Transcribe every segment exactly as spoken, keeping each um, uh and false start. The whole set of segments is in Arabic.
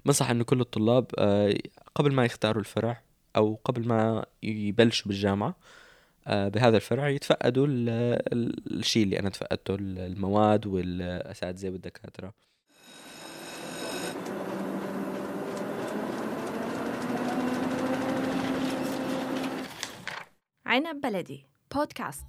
بنصح إنه كل الطلاب آه، قبل ما يختاروا الفرع أو قبل ما يبلشوا بالجامعة آه، بهذا الفرع يتفقدوا ال- ال- الشيء اللي أنا تفقدته، المواد والأساتذة والدكاترة. عنب بلدي بودكاست.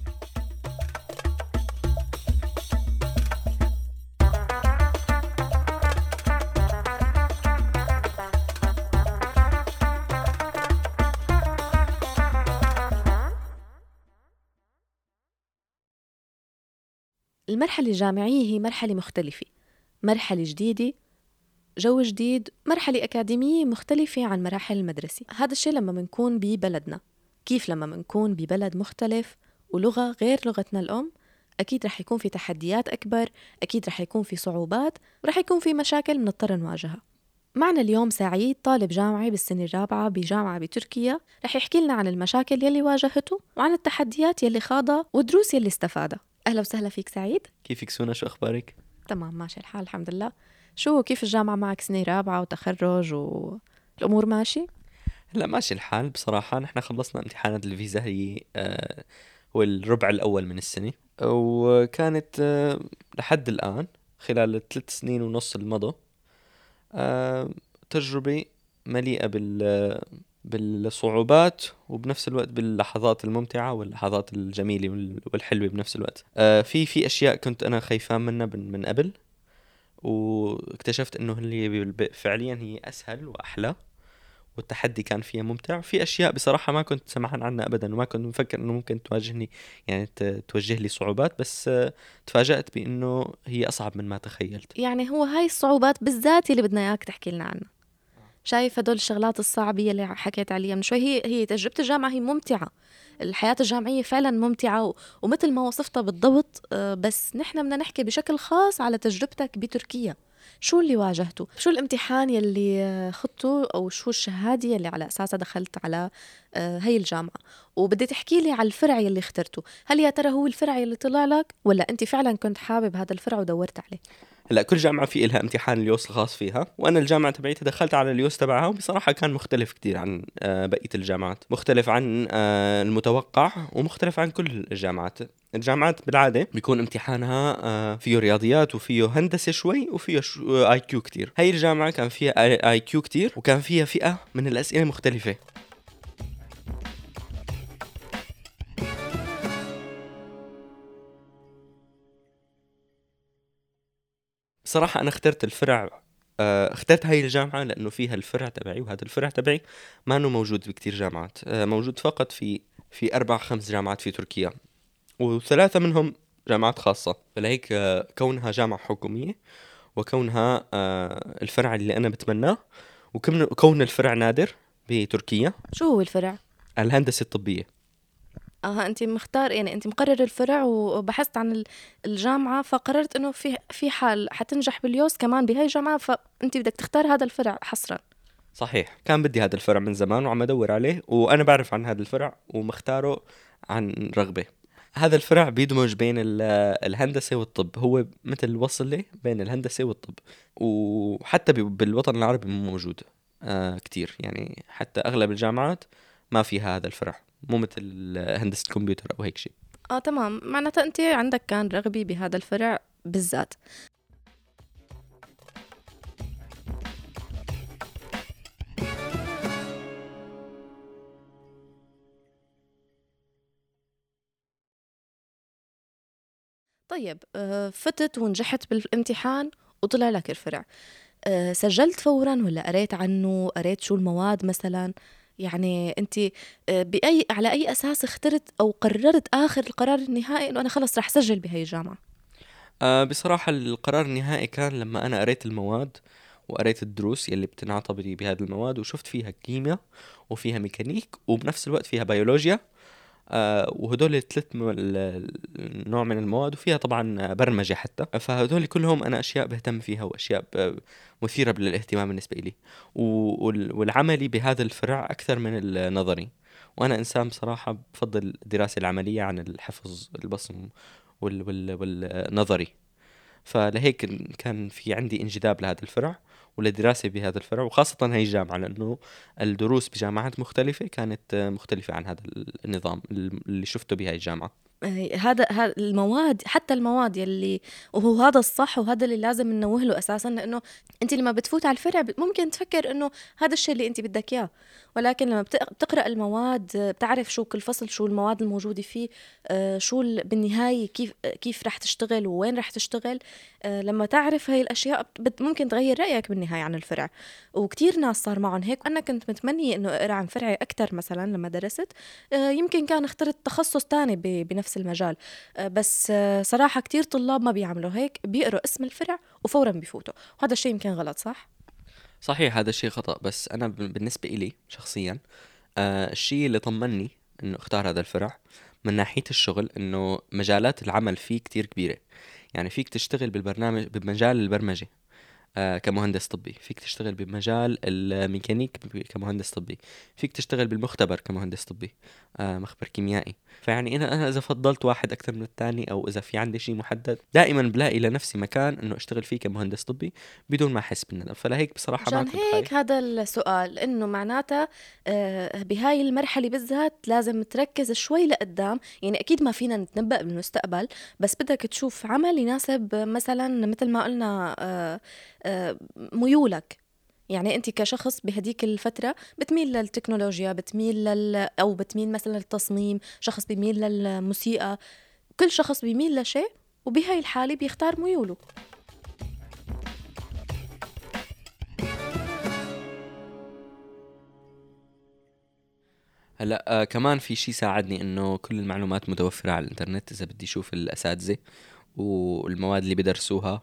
المرحلة الجامعية هي مرحلة مختلفة، مرحلة جديدة، جو جديد، مرحلة أكاديمية مختلفة عن مراحل المدرسة. هذا الشيء لما منكون ببلدنا. كيف لما منكون ببلد مختلف ولغة غير لغتنا الأم؟ أكيد رح يكون في تحديات أكبر، أكيد رح يكون في صعوبات، ورح يكون في مشاكل بنضطر نواجهها. معنا اليوم سعيد، طالب جامعي بالسنة الرابعة بجامعة بتركيا، رح يحكي لنا عن المشاكل يلي واجهته وعن التحديات يلي خاضها والدروس يلي استفادها. أهلا وسهلا فيك سعيد. كيفك سونا؟ شو أخبارك؟ تمام ماشي الحال الحمد لله. شو كيف الجامعة معك؟ سنة رابعة وتخرج والأمور ماشي؟ لا ماشي الحال بصراحة. نحن خلصنا امتحانات الفيزا، هي آه هو الربع الأول من السنة، وكانت آه لحد الآن خلال الثلاث سنين ونص المضى آه تجربة مليئة بال بالصعوبات وبنفس الوقت باللحظات الممتعة واللحظات الجميلة والحلوة بنفس الوقت. آه في في أشياء كنت أنا خايفان منها من من قبل، واكتشفت إنه اللي فعليا هي أسهل وأحلى، والتحدي كان فيها ممتع. في أشياء بصراحة ما كنت سمعان عنها أبدا، وما كنت مفكر إنه ممكن تواجهني، يعني ت- توجه لي صعوبات، بس آه، تفاجأت بإنه هي أصعب من ما تخيلت. يعني هو هاي الصعوبات بالذات اللي بدنا إياك تحكي لنا عنها. شايف هدول الشغلات الصعبة اللي حكيت عليها من شوي، هي هي تجربة الجامعة هي ممتعة. الحياة الجامعية فعلا ممتعة و... ومثل ما وصفتها بالضبط. آه، بس نحن بدنا نحكي بشكل خاص على تجربتك بتركيا. شو اللي واجهته؟ شو الامتحان يلي آه، خضته، أو شو الشهادة يلي على أساسها دخلت على آه، هاي الجامعة؟ وبدي تحكي لي على الفرع يلي اخترته. هل يا ترى هو الفرع يلي طلع لك، ولا أنت فعلا كنت حابب هذا الفرع ودورت عليه؟ هلا كل جامعة في إلها امتحان اليوس الخاص فيها، وأنا الجامعة تبعيتي دخلت على اليوس تبعها، وبصراحة كان مختلف كتير عن آه، بقية الجامعات، مختلف عن آه، المتوقع، ومختلف عن كل الجامعات. الجامعات بالعادة بيكون امتحانها آه، فيه رياضيات وفيه هندسة شوي وفيه اي كيو كتير. هاي الجامعة كان فيها اي كيو كتير، وكان فيها فئة من الأسئلة مختلفة. صراحة أنا اخترت الفرع آه، اخترت هاي الجامعة لأنه فيها الفرع تبعي، وهذا الفرع تبعي ما أنه موجود بكتير جامعات. آه، موجود فقط في في أربع خمس جامعات في تركيا، وثلاثة منهم جامعات خاصة. فلهيك آه، كونها جامعة حكومية، وكونها آه، الفرع اللي أنا بتمناه، وكون كون الفرع نادر بتركيا. شو هو الفرع؟ الهندسة الطبية. اه انت مختار، يعني انت مقرر الفرع وبحثت عن ال- الجامعة، فقررت انه في في حال حتنجح باليوس كمان بهاي الجامعة، فانت بدك تختار هذا الفرع حصرا. صحيح، كان بدي هذا الفرع من زمان وعم أدور عليه، وأنا بعرف عن هذا الفرع ومختاره عن رغبة. هذا الفرع بيدمج بين ال- الهندسة والطب، هو مثل وصلة بين الهندسة والطب، وحتى بي- بالوطن العربي مو موجود آه كتير، يعني حتى أغلب الجامعات ما فيها هذا الفرع، مو مثل هندسة كمبيوتر أو هيك شيء. اه تمام، معناتها انت عندك كان رغبة بهذا الفرع بالذات. طيب آه، فتت ونجحت بالامتحان وطلع لك الفرع. آه، سجلت فورا ولا قريت عنه؟ قريت شو المواد مثلا؟ يعني انت آه، بأي على أي أساس اخترت أو قررت آخر القرار النهائي إنه أنا خلص رح سجل بهاي الجامعة؟ آه بصراحة القرار النهائي كان لما أنا قريت المواد وقريت الدروس يلي بتنعطى بي- بهذه المواد، وشفت فيها كيمياء وفيها ميكانيك وبنفس الوقت فيها بيولوجيا. آه وهدول الثلاث م- ال- النوع من المواد، وفيها طبعا برمجة حتى. فهدول كلهم أنا أشياء بهتم فيها، وأشياء ب- مثيرة للاهتمام بالنسبة لي، و- وال- والعملي بهذا الفرع أكثر من النظري. وأنا إنسان بصراحة بفضل الدراسة العملية عن الحفظ البصم وال وال والنظري. فلهيك كان في عندي انجذاب لهذا الفرع، ولدراسة بهذا الفرع، وخاصة هي الجامعة لأنه الدروس بجامعات مختلفة كانت مختلفة عن هذا النظام اللي شفته بهاي الجامعة. آه، هذا هذا المواد، حتى المواد يلي، وهو هذا الصح وهذا اللي لازم ننوه له اساسا، لانه انت لما بتفوت على الفرع ممكن تفكر انه هذا الشيء اللي انت بدك اياه، ولكن لما بتقرا المواد بتعرف شو كل فصل، شو المواد الموجوده فيه، شو بالنهايه كيف كيف رح تشتغل ووين رح تشتغل. لما تعرف هاي الاشياء ممكن تغير رايك بالنهايه عن الفرع. وكتير ناس صار معهم هيك. انا كنت متمنيه انه اقرا عن فرعي اكثر مثلا لما درست، يمكن كان اخترت تخصص تاني بنفس المجال. بس صراحة كتير طلاب ما بيعملوا هيك، بيقروا اسم الفرع وفورا بيفوتوا، وهذا الشيء يمكن غلط. صح؟ صحيح، هذا الشيء خطأ. بس أنا بالنسبة إلي شخصيا آه الشيء اللي طمني إنه اختار هذا الفرع من ناحية الشغل إنه مجالات العمل فيه كتير كبيرة. يعني فيك تشتغل بالبرنامج بمجال البرمجة آه كمهندس طبي، فيك تشتغل بمجال الميكانيك كمهندس طبي، فيك تشتغل بالمختبر كمهندس طبي، آه مخبر كيميائي. فيعني أنا أنا إذا فضلت واحد أكثر من الثاني، أو إذا في عندي شيء محدد، دائما بلاقي لنفسي مكان إنه أشتغل فيه كمهندس طبي بدون ما أحس بالندم. فلهيك بصراحة ما عشان كنت هيك خايف. هذا السؤال إنه معناتها آه، بهاي المرحلة بالذات لازم تركز شوي لقدام. يعني أكيد ما فينا نتنبأ بالمستقبل، بس بدك تشوف عمل يناسب مثلا مثل ما قلنا آه، آه، ميولك. يعني أنت كشخص بهديك الفترة بتميل للتكنولوجيا، بتميل لل أو بتميل مثلا للتصميم، شخص بيميل للموسيقى، كل شخص بيميل لشيء، وبهاي الحالة بيختار ميوله. هلا آه كمان في شيء ساعدني انه كل المعلومات متوفرة على الانترنت اذا بدي اشوف الاساتذة والمواد اللي بدرسوها،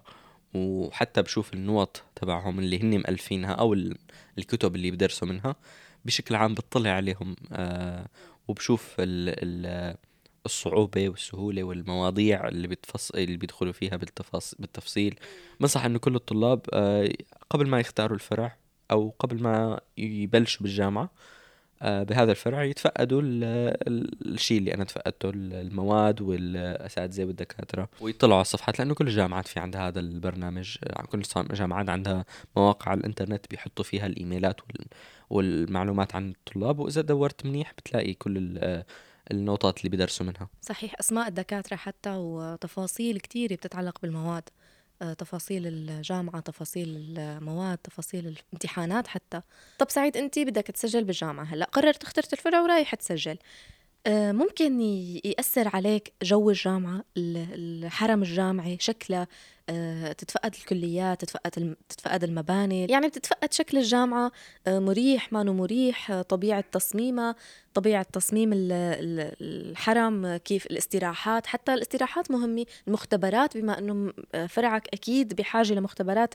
وحتى بشوف النوط تبعهم اللي هن مألفينها او ال- الكتب اللي بدرسوا منها. بشكل عام بطلع عليهم آه وبشوف ال ال الصعوبة والسهولة والمواضيع اللي بتفص اللي بيدخلوا فيها بالتفاص... بالتفصيل. بنصح انه كل الطلاب آه قبل ما يختاروا الفرع او قبل ما يبلشوا بالجامعة آه، بهذا الفرع يتفقدوا ال- ال- الشيء اللي أنا تفقدته، ال- المواد والأساتذة والدكاترة، ويطلعوا على الصفحات. لأنه كل الجامعات في عندها هذا البرنامج، آه، كل الص- الجامعات عندها مواقع على الإنترنت بيحطوا فيها الإيميلات وال- والمعلومات عن الطلاب، وإذا دورت منيح بتلاقي كل ال- آه، النوتات اللي بدرسوا منها. صحيح، أسماء الدكاترة حتى وتفاصيل كتير بتتعلق بالمواد، آه، تفاصيل الجامعة، تفاصيل المواد، تفاصيل الامتحانات حتى. طب سعيد، أنت بدك تسجل بالجامعة، هلأ قررت اخترت الفرع ورايح تسجل. آه، ممكن ي- يأثر عليك جو الجامعة، ال- الحرم الجامعي شكله، آه، تتفقد الكليات، تتفقد الم- تتفقد المباني، يعني بتتفقد شكل الجامعة، آه، مريح ما مريح، آه، طبيعة تصميمها، طبيعة تصميم ال- ال- الحرم، آه، كيف الاستراحات، حتى الاستراحات مهمة، المختبرات بما أنه م- آه، فرعك أكيد بحاجة لمختبرات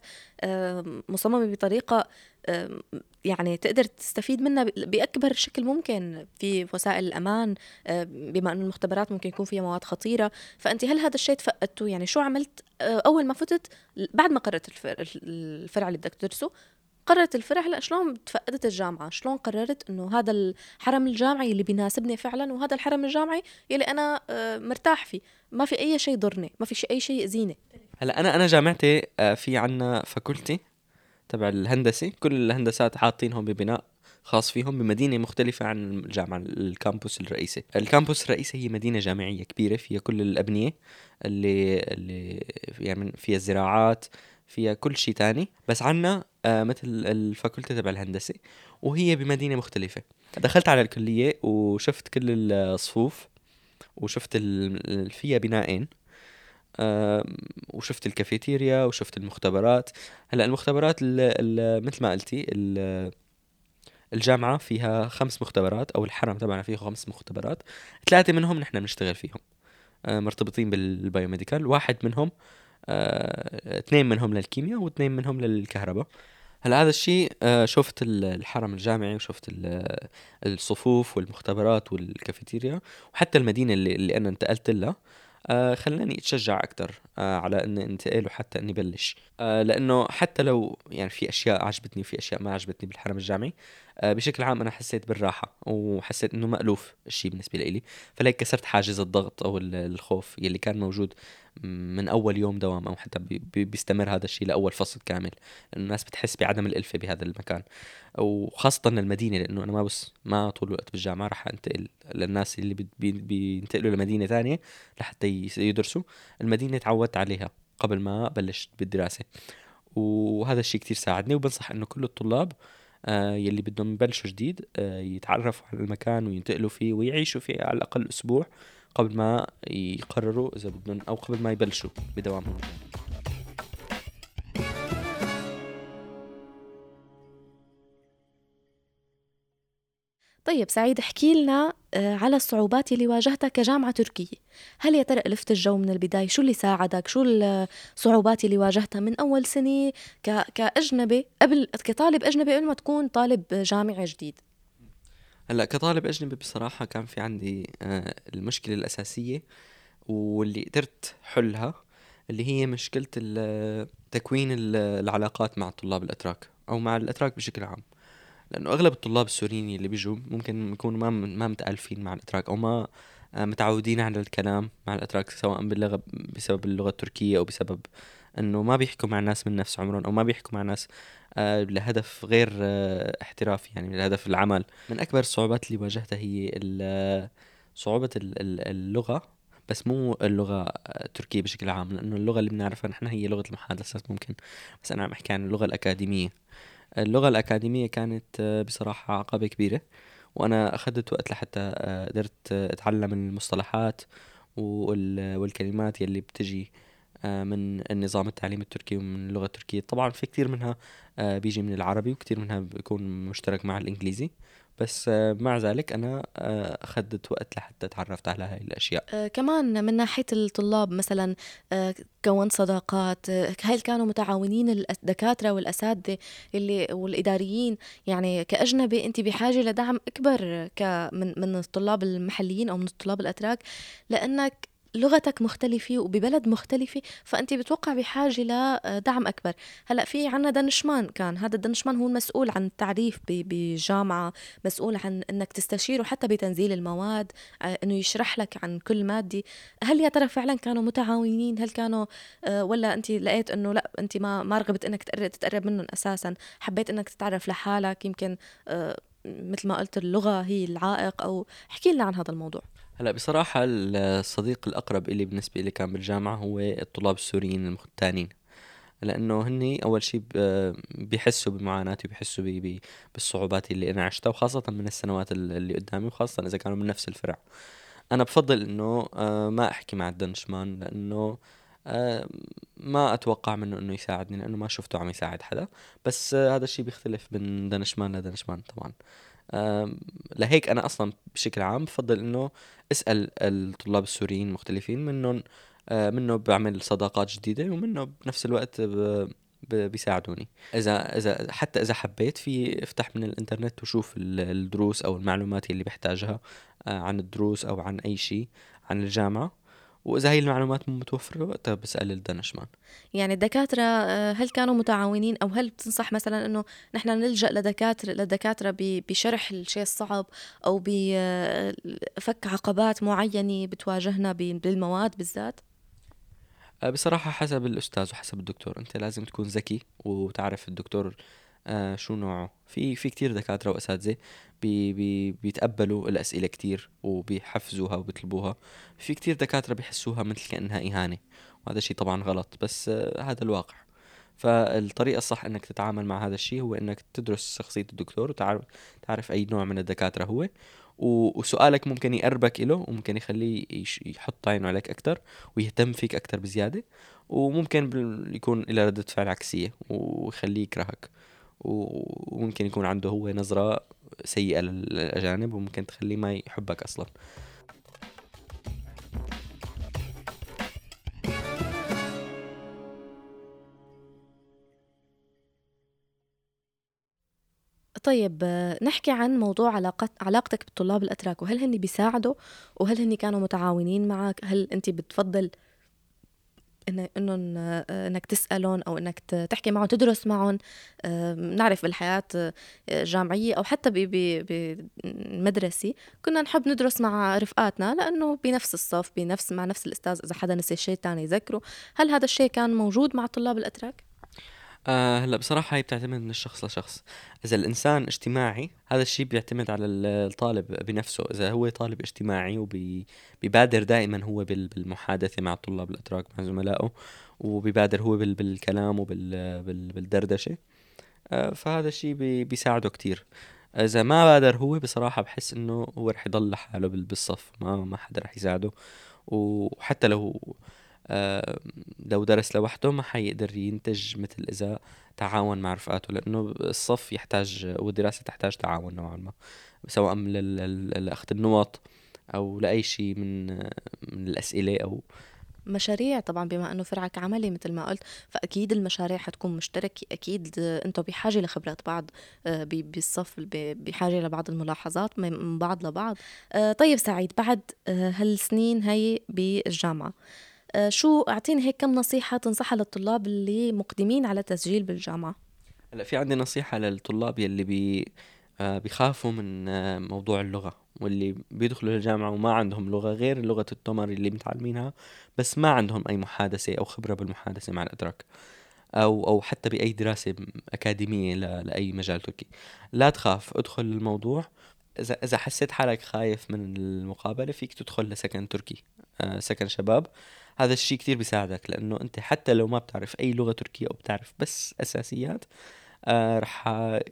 آه، مصممة بطريقة آه، يعني تقدر تستفيد منها ب- بأكبر شكل ممكن، في وسائل الأمان، آه، بما أن المختبرات ممكن يكون فيها مواد خطيرة. فأنت هل هذا الشيء تفقدته؟ يعني شو عملت آه، أول ما فتت بعد ما قررت الفرع, الفرع اللي بدك تدرسه؟ قررت الفرع، هلا شلون تفقدت الجامعة؟ شلون قررت إنه هذا الحرم الجامعي اللي بيناسبني فعلا، وهذا الحرم الجامعي يلي أنا آه، مرتاح فيه، ما في أي شيء ضرني، ما في شيء أي شيء يأذيني. هلا أنا أنا جامعتي آه، في عنا فاكولتي تبع الهندسة، كل الهندسات حاطينهم ببناء خاص فيهم بمدينة مختلفة عن الجامعة. الكامبوس الرئيسي الكامبوس الرئيسي هي مدينة جامعية كبيرة فيها كل الأبنية اللي اللي يعني فيها الزراعات، فيها كل شيء تاني. بس عنا آه مثل الفاكولتي تبع الهندسة وهي بمدينة مختلفة. دخلت على الكلية وشفت كل الصفوف، وشفت ال- فيها بنائين، آم، وشفت الكافيتيريا وشفت المختبرات. هلا المختبرات ال ال مثل ما قلتي ال- الجامعة فيها خمس مختبرات، أو الحرم تبعنا فيه خمس مختبرات. ثلاثة منهم نحن بنشتغل فيهم، آه، مرتبطين بالبايوميديكال. واحد منهم آه، اثنين منهم للكيمياء واثنين منهم للكهرباء. هلا هذا الشيء آه، شفت ال- الحرم الجامعي وشفت ال- الصفوف والمختبرات والكافيتيريا وحتى المدينة اللي, اللي أنا انتقلت لها. آه خلاني اتشجع اكثر آه على اني انتقل وحتى اني بلش، آه لانه حتى لو يعني في اشياء عجبتني وفي اشياء ما عجبتني بالحرم الجامعي، آه بشكل عام انا حسيت بالراحه وحسيت انه مألوف الشيء بالنسبه لي. فلهيك كسرت حاجز الضغط او ال- الخوف يلي كان موجود من أول يوم دوام، أو حتى بي- بي- بيستمر هذا الشيء لأول فصل كامل، لأنه الناس بتحس بعدم الألفة بهذا المكان، وخاصة المدينة، لأنه أنا ما بس ما طول الوقت بالجامعة راح أنتقل للناس اللي بي- بي- بينتقلوا لمدينة تانية لحتى يس- يدرسوا. المدينة تعودت عليها قبل ما بلشت بالدراسة، وهذا الشيء كتير ساعدني. وبنصح إنه كل الطلاب آه، يلي بدهم يبلشوا جديد آه، يتعرفوا على المكان وينتقلوا فيه ويعيشوا فيه على الأقل أسبوع قبل ما يقرروا إذا بدهم، أو قبل ما يبلشوا بدوامهم. طيب سعيد، احكي لنا آه، على الصعوبات اللي واجهتها كجامعة تركية. هل يا ترى ألفت الجو من البداية؟ شو اللي ساعدك؟ شو الصعوبات اللي واجهتها من أول سنة ك... كأجنبي قبل كطالب أجنبي قبل ما تكون طالب جامعي جديد؟ هلا كطالب أجنبي بصراحة كان في عندي آه، المشكلة الأساسية واللي قدرت حلها، اللي هي مشكلة ال- تكوين ال- العلاقات مع الطلاب الأتراك أو مع الأتراك بشكل عام. لأنه أغلب الطلاب السوريين اللي بيجوا ممكن يكونوا ما ما متألفين مع الأتراك، أو ما آه، متعودين على الكلام مع الأتراك، سواء باللغة بسبب اللغة التركية أو بسبب أنه ما بيحكوا مع ناس من نفس عمرهم، أو ما بيحكوا مع ناس آه، لهدف غير آه، احترافي، يعني لهدف العمل. من أكبر الصعوبات اللي واجهتها هي ال- صعوبة ال- ال- اللغة، بس مو اللغة التركية بشكل عام، لأنه اللغة اللي بنعرفها نحن هي لغة المحادثات ممكن، بس أنا عم أحكي عن اللغة الأكاديمية. اللغة الأكاديمية كانت آه، بصراحة عقبة كبيرة، وأنا أخذت وقت لحتى آه، قدرت آه، أتعلم المصطلحات وال- والكلمات يلي بتجي آه، من النظام التعليمي التركي ومن اللغة التركية. طبعا في كتير منها آه، بيجي من العربي، وكتير منها بيكون مشترك مع الإنجليزي، بس آه، مع ذلك أنا آه، أخذت وقت لحتى تعرفت على هاي الأشياء. آه، كمان من ناحية الطلاب مثلا، آه، كونت صداقات؟ آه، هل كانوا متعاونين الدكاترة والأساتذة اللي والإداريين؟ يعني كأجنبي أنت بحاجة لدعم أكبر ك من من الطلاب المحليين أو من الطلاب الأتراك، لأنك لغتك مختلفة وببلد مختلفة، فأنت بتوقع بحاجة لدعم أكبر. هلأ في عنا دنشمان، كان هذا الدنشمان هو المسؤول عن التعريف ب- بجامعة، مسؤول عن أنك تستشيره حتى بتنزيل المواد، آه، انه يشرح لك عن كل ماده. هل يا ترى فعلا كانوا متعاونين؟ هل كانوا آه، ولا انت لقيت انه لا، انت ما ما رغبت انك تقرب تتقرب منهم اساسا، حبيت انك تتعرف لحالك؟ يمكن آه، مثل ما قلت اللغه هي العائق، او احكي لنا عن هذا الموضوع. هلا بصراحة الصديق الأقرب إلي بالنسبة إلي كان بالجامعة هو الطلاب السوريين المختانين، لانه هني اول شيء بيحسوا بمعاناتي وبيحسوا بي بي بالصعوبات اللي انا عشتها، وخاصه من السنوات ال- اللي قدامي، وخاصه اذا كانوا من نفس الفرع. انا بفضل انه آه، ما احكي مع الدنشمان، لانه آه، ما اتوقع منه انه يساعدني، لانه ما شفته عم يساعد حدا. بس آه، هذا الشيء بيختلف من دنشمان لدنشمان طبعا. آم، لهيك انا اصلا بشكل عام بفضل انه اسال الطلاب السوريين المختلفين، منهم آه، منه بعمل صداقات جديده، ومنه بنفس الوقت ب- ب- بيساعدوني. اذا اذا حتى اذا حبيت في افتح من الانترنت وشوف ال- الدروس او المعلومات اللي بحتاجها آه، عن الدروس او عن اي شيء عن الجامعه، واذا هي المعلومات مو متوفره وقتها بسال الدنشمان. يعني الدكاتره آه، هل كانوا متعاونين، او هل بتنصح مثلا انه نحن نلجا لدكاتره لدكاتره ب- بشرح الشيء الصعب، او بفك عقبات معينه بتواجهنا ب- بالمواد بالذات؟ آه، بصراحة حسب الأستاذ وحسب الدكتور. أنت لازم تكون ذكي وتعرف الدكتور آه شو نوعه. في في كتير دكاترة وأساتذة بي بي بيتقبلوا الأسئلة كتير وبيحفزوها وبيطلبوها. في كتير دكاترة بيحسوها مثل كأنها إهانة، وهذا شيء طبعا غلط، بس آه هذا الواقع. فالطريقة الصح انك تتعامل مع هذا الشيء هو انك تدرس شخصية الدكتور، وتعرف تعرف اي نوع من الدكاترة هو، و- وسؤالك ممكن يقربك له، وممكن يخليه يش- يحط عينه عليك اكتر ويهتم فيك اكتر بزيادة، وممكن بال- يكون له ردة فعل عكسية ويخليه يكرهك، و- وممكن يكون عنده هو نظرة سيئة للأجانب، وممكن تخليه ما يحبك أصلا. طيب آه، نحكي عن موضوع علاقت علاقتك بالطلاب الأتراك، وهل هن بيساعدوا؟ وهل هن كانوا متعاونين معك؟ هل أنت بتفضل إن إنهم إنك تسألهم أو إنك تحكي معهم تدرس معهم. نعرف بالحياة الجامعية أو حتى بالمدرسة كنا نحب ندرس مع رفقاتنا لأنه بنفس الصف بنفس مع نفس الأستاذ، إذا حدا نسي شيء تاني يذكره. هل هذا الشيء كان موجود مع الطلاب الأتراك؟ آه هلا بصراحة هي بتعتمد من الشخص لشخص. إذا الإنسان اجتماعي هذا الشيء بيعتمد على الطالب بنفسه. إذا هو طالب اجتماعي وبيبادر دائما هو بالمحادثة مع الطلاب الأتراك مع زملائه، وبيبادر هو بالكلام وبالدردشة، آه فهذا الشيء بيساعده كتير. إذا ما بادر هو بصراحة بحس إنه هو رح يضل لحاله بالصف، ما ما حدا رح يساعده. وحتى لو آه لو درس لوحده ما حيقدر ينتج مثل إذا تعاون مع رفقاته، لأنه الصف يحتاج والدراسة تحتاج تعاون نوعا ما، سواء لأخذ النقط أو لأي شيء من من الأسئلة أو مشاريع. طبعا بما أنه فرعك عملي مثل ما قلت، فأكيد المشاريع حتكون مشتركة. أكيد أنتوا بحاجة لخبرات بعض بالصف، بحاجة لبعض الملاحظات من بعض لبعض. طيب سعيد، بعد هالسنين هاي بالجامعة، شو أعطيني هيك كم نصيحة تنصحها للطلاب اللي مقدمين على تسجيل بالجامعة؟ هلا في عندي نصيحة للطلاب يلي بي بيخافوا من موضوع اللغة، واللي بيدخلوا الجامعة وما عندهم لغة غير لغة التومر اللي متعلمينها، بس ما عندهم أي محادثة أو خبرة بالمحادثة مع الأتراك أو أو حتى بأي دراسة أكاديمية لأي مجال تركي. لا تخاف، ادخل الموضوع. إذا إذا حسيت حالك خايف من المقابلة فيك تدخل لسكن تركي، آه سكن شباب. هذا الشيء كتير بيساعدك، لأنه أنت حتى لو ما بتعرف أي لغة تركية أو بتعرف بس أساسيات، آه رح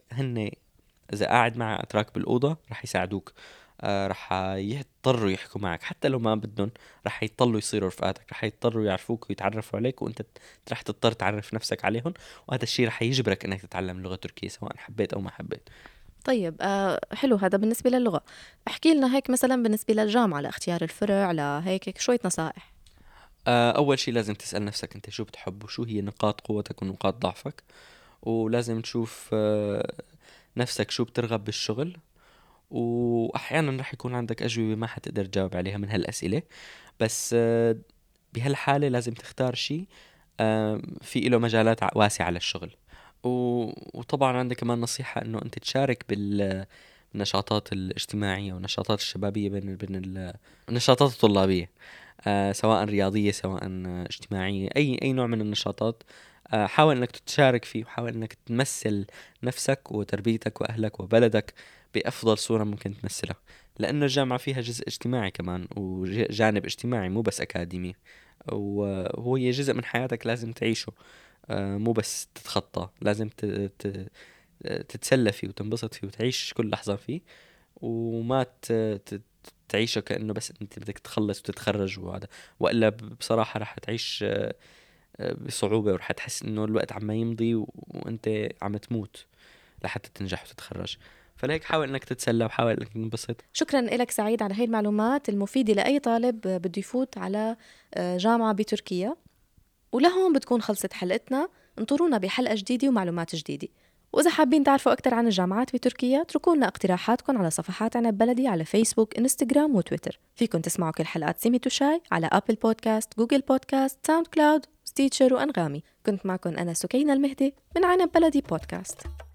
هن إذا قاعد مع أتراك بالأوضة رح يساعدوك. آه رح يضطروا يحكوا معك حتى لو ما بدهم، رح يضطروا يصيروا رفقاتك، رح يضطروا يعرفوك ويتعرفوا عليك، وانت رح تضطر تعرف نفسك عليهم، وهذا الشيء رح يجبرك انك تتعلم اللغة التركية سواء حبيت او ما حبيت. طيب آه حلو، هذا بالنسبة للغة. احكي لنا هيك مثلا بالنسبة للجامعة، لاختيار الفرع، لهيك شوية نصائح. آه أول شيء لازم تسأل نفسك أنت شو بتحب وشو هي نقاط قوتك ونقاط ضعفك، ولازم تشوف آه نفسك شو بترغب بالشغل. وأحيانا رح يكون عندك أجوبة ما حتقدر تجاوب عليها من هالأسئلة، بس آه بهالحالة لازم تختار شيء آه في له مجالات واسعة للشغل. وطبعا عندك كمان نصيحة انه انت تشارك بالنشاطات الاجتماعية والنشاطات الشبابية بين بين النشاطات الطلابية، آه سواء رياضية سواء اجتماعية، اي اي نوع من النشاطات. آه حاول انك تشارك فيه، وحاول انك تمثل نفسك وتربيتك واهلك وبلدك بافضل صورة ممكن تمثلها، لانه الجامعة فيها جزء اجتماعي كمان وجانب اجتماعي مو بس اكاديمي، وهو جزء من حياتك لازم تعيشه. آه مو بس تتخطى، لازم تتسلى فيه وتنبسط فيه وتعيش كل لحظة فيه، وما تعيشه كأنه بس انت بدك تخلص وتتخرج وهذا، وإلا بصراحة رح تعيش بصعوبة ورح تحس انه الوقت عم يمضي وانت عم تموت لحتى تنجح وتتخرج. فلهيك حاول انك تتسلى وحاول انك تنبسط. شكرا لك سعيد على هاي المعلومات المفيدة لأي طالب بده يفوت على جامعة بتركيا. ولهون بتكون خلصت حلقتنا، انطرونا بحلقة جديدة ومعلومات جديدة. وإذا حابين تعرفوا أكثر عن الجامعات بتركيا اتركوا لنا اقتراحاتكم على صفحات عنب بلدي على فيسبوك، انستغرام وتويتر. فيكن تسمعوا كل حلقات سيمي تو شاي على أبل بودكاست، جوجل بودكاست، ساوند كلاود، ستيتشر وأنغامي. كنت معكم أنا سكينة المهدي من عنب بلدي بودكاست.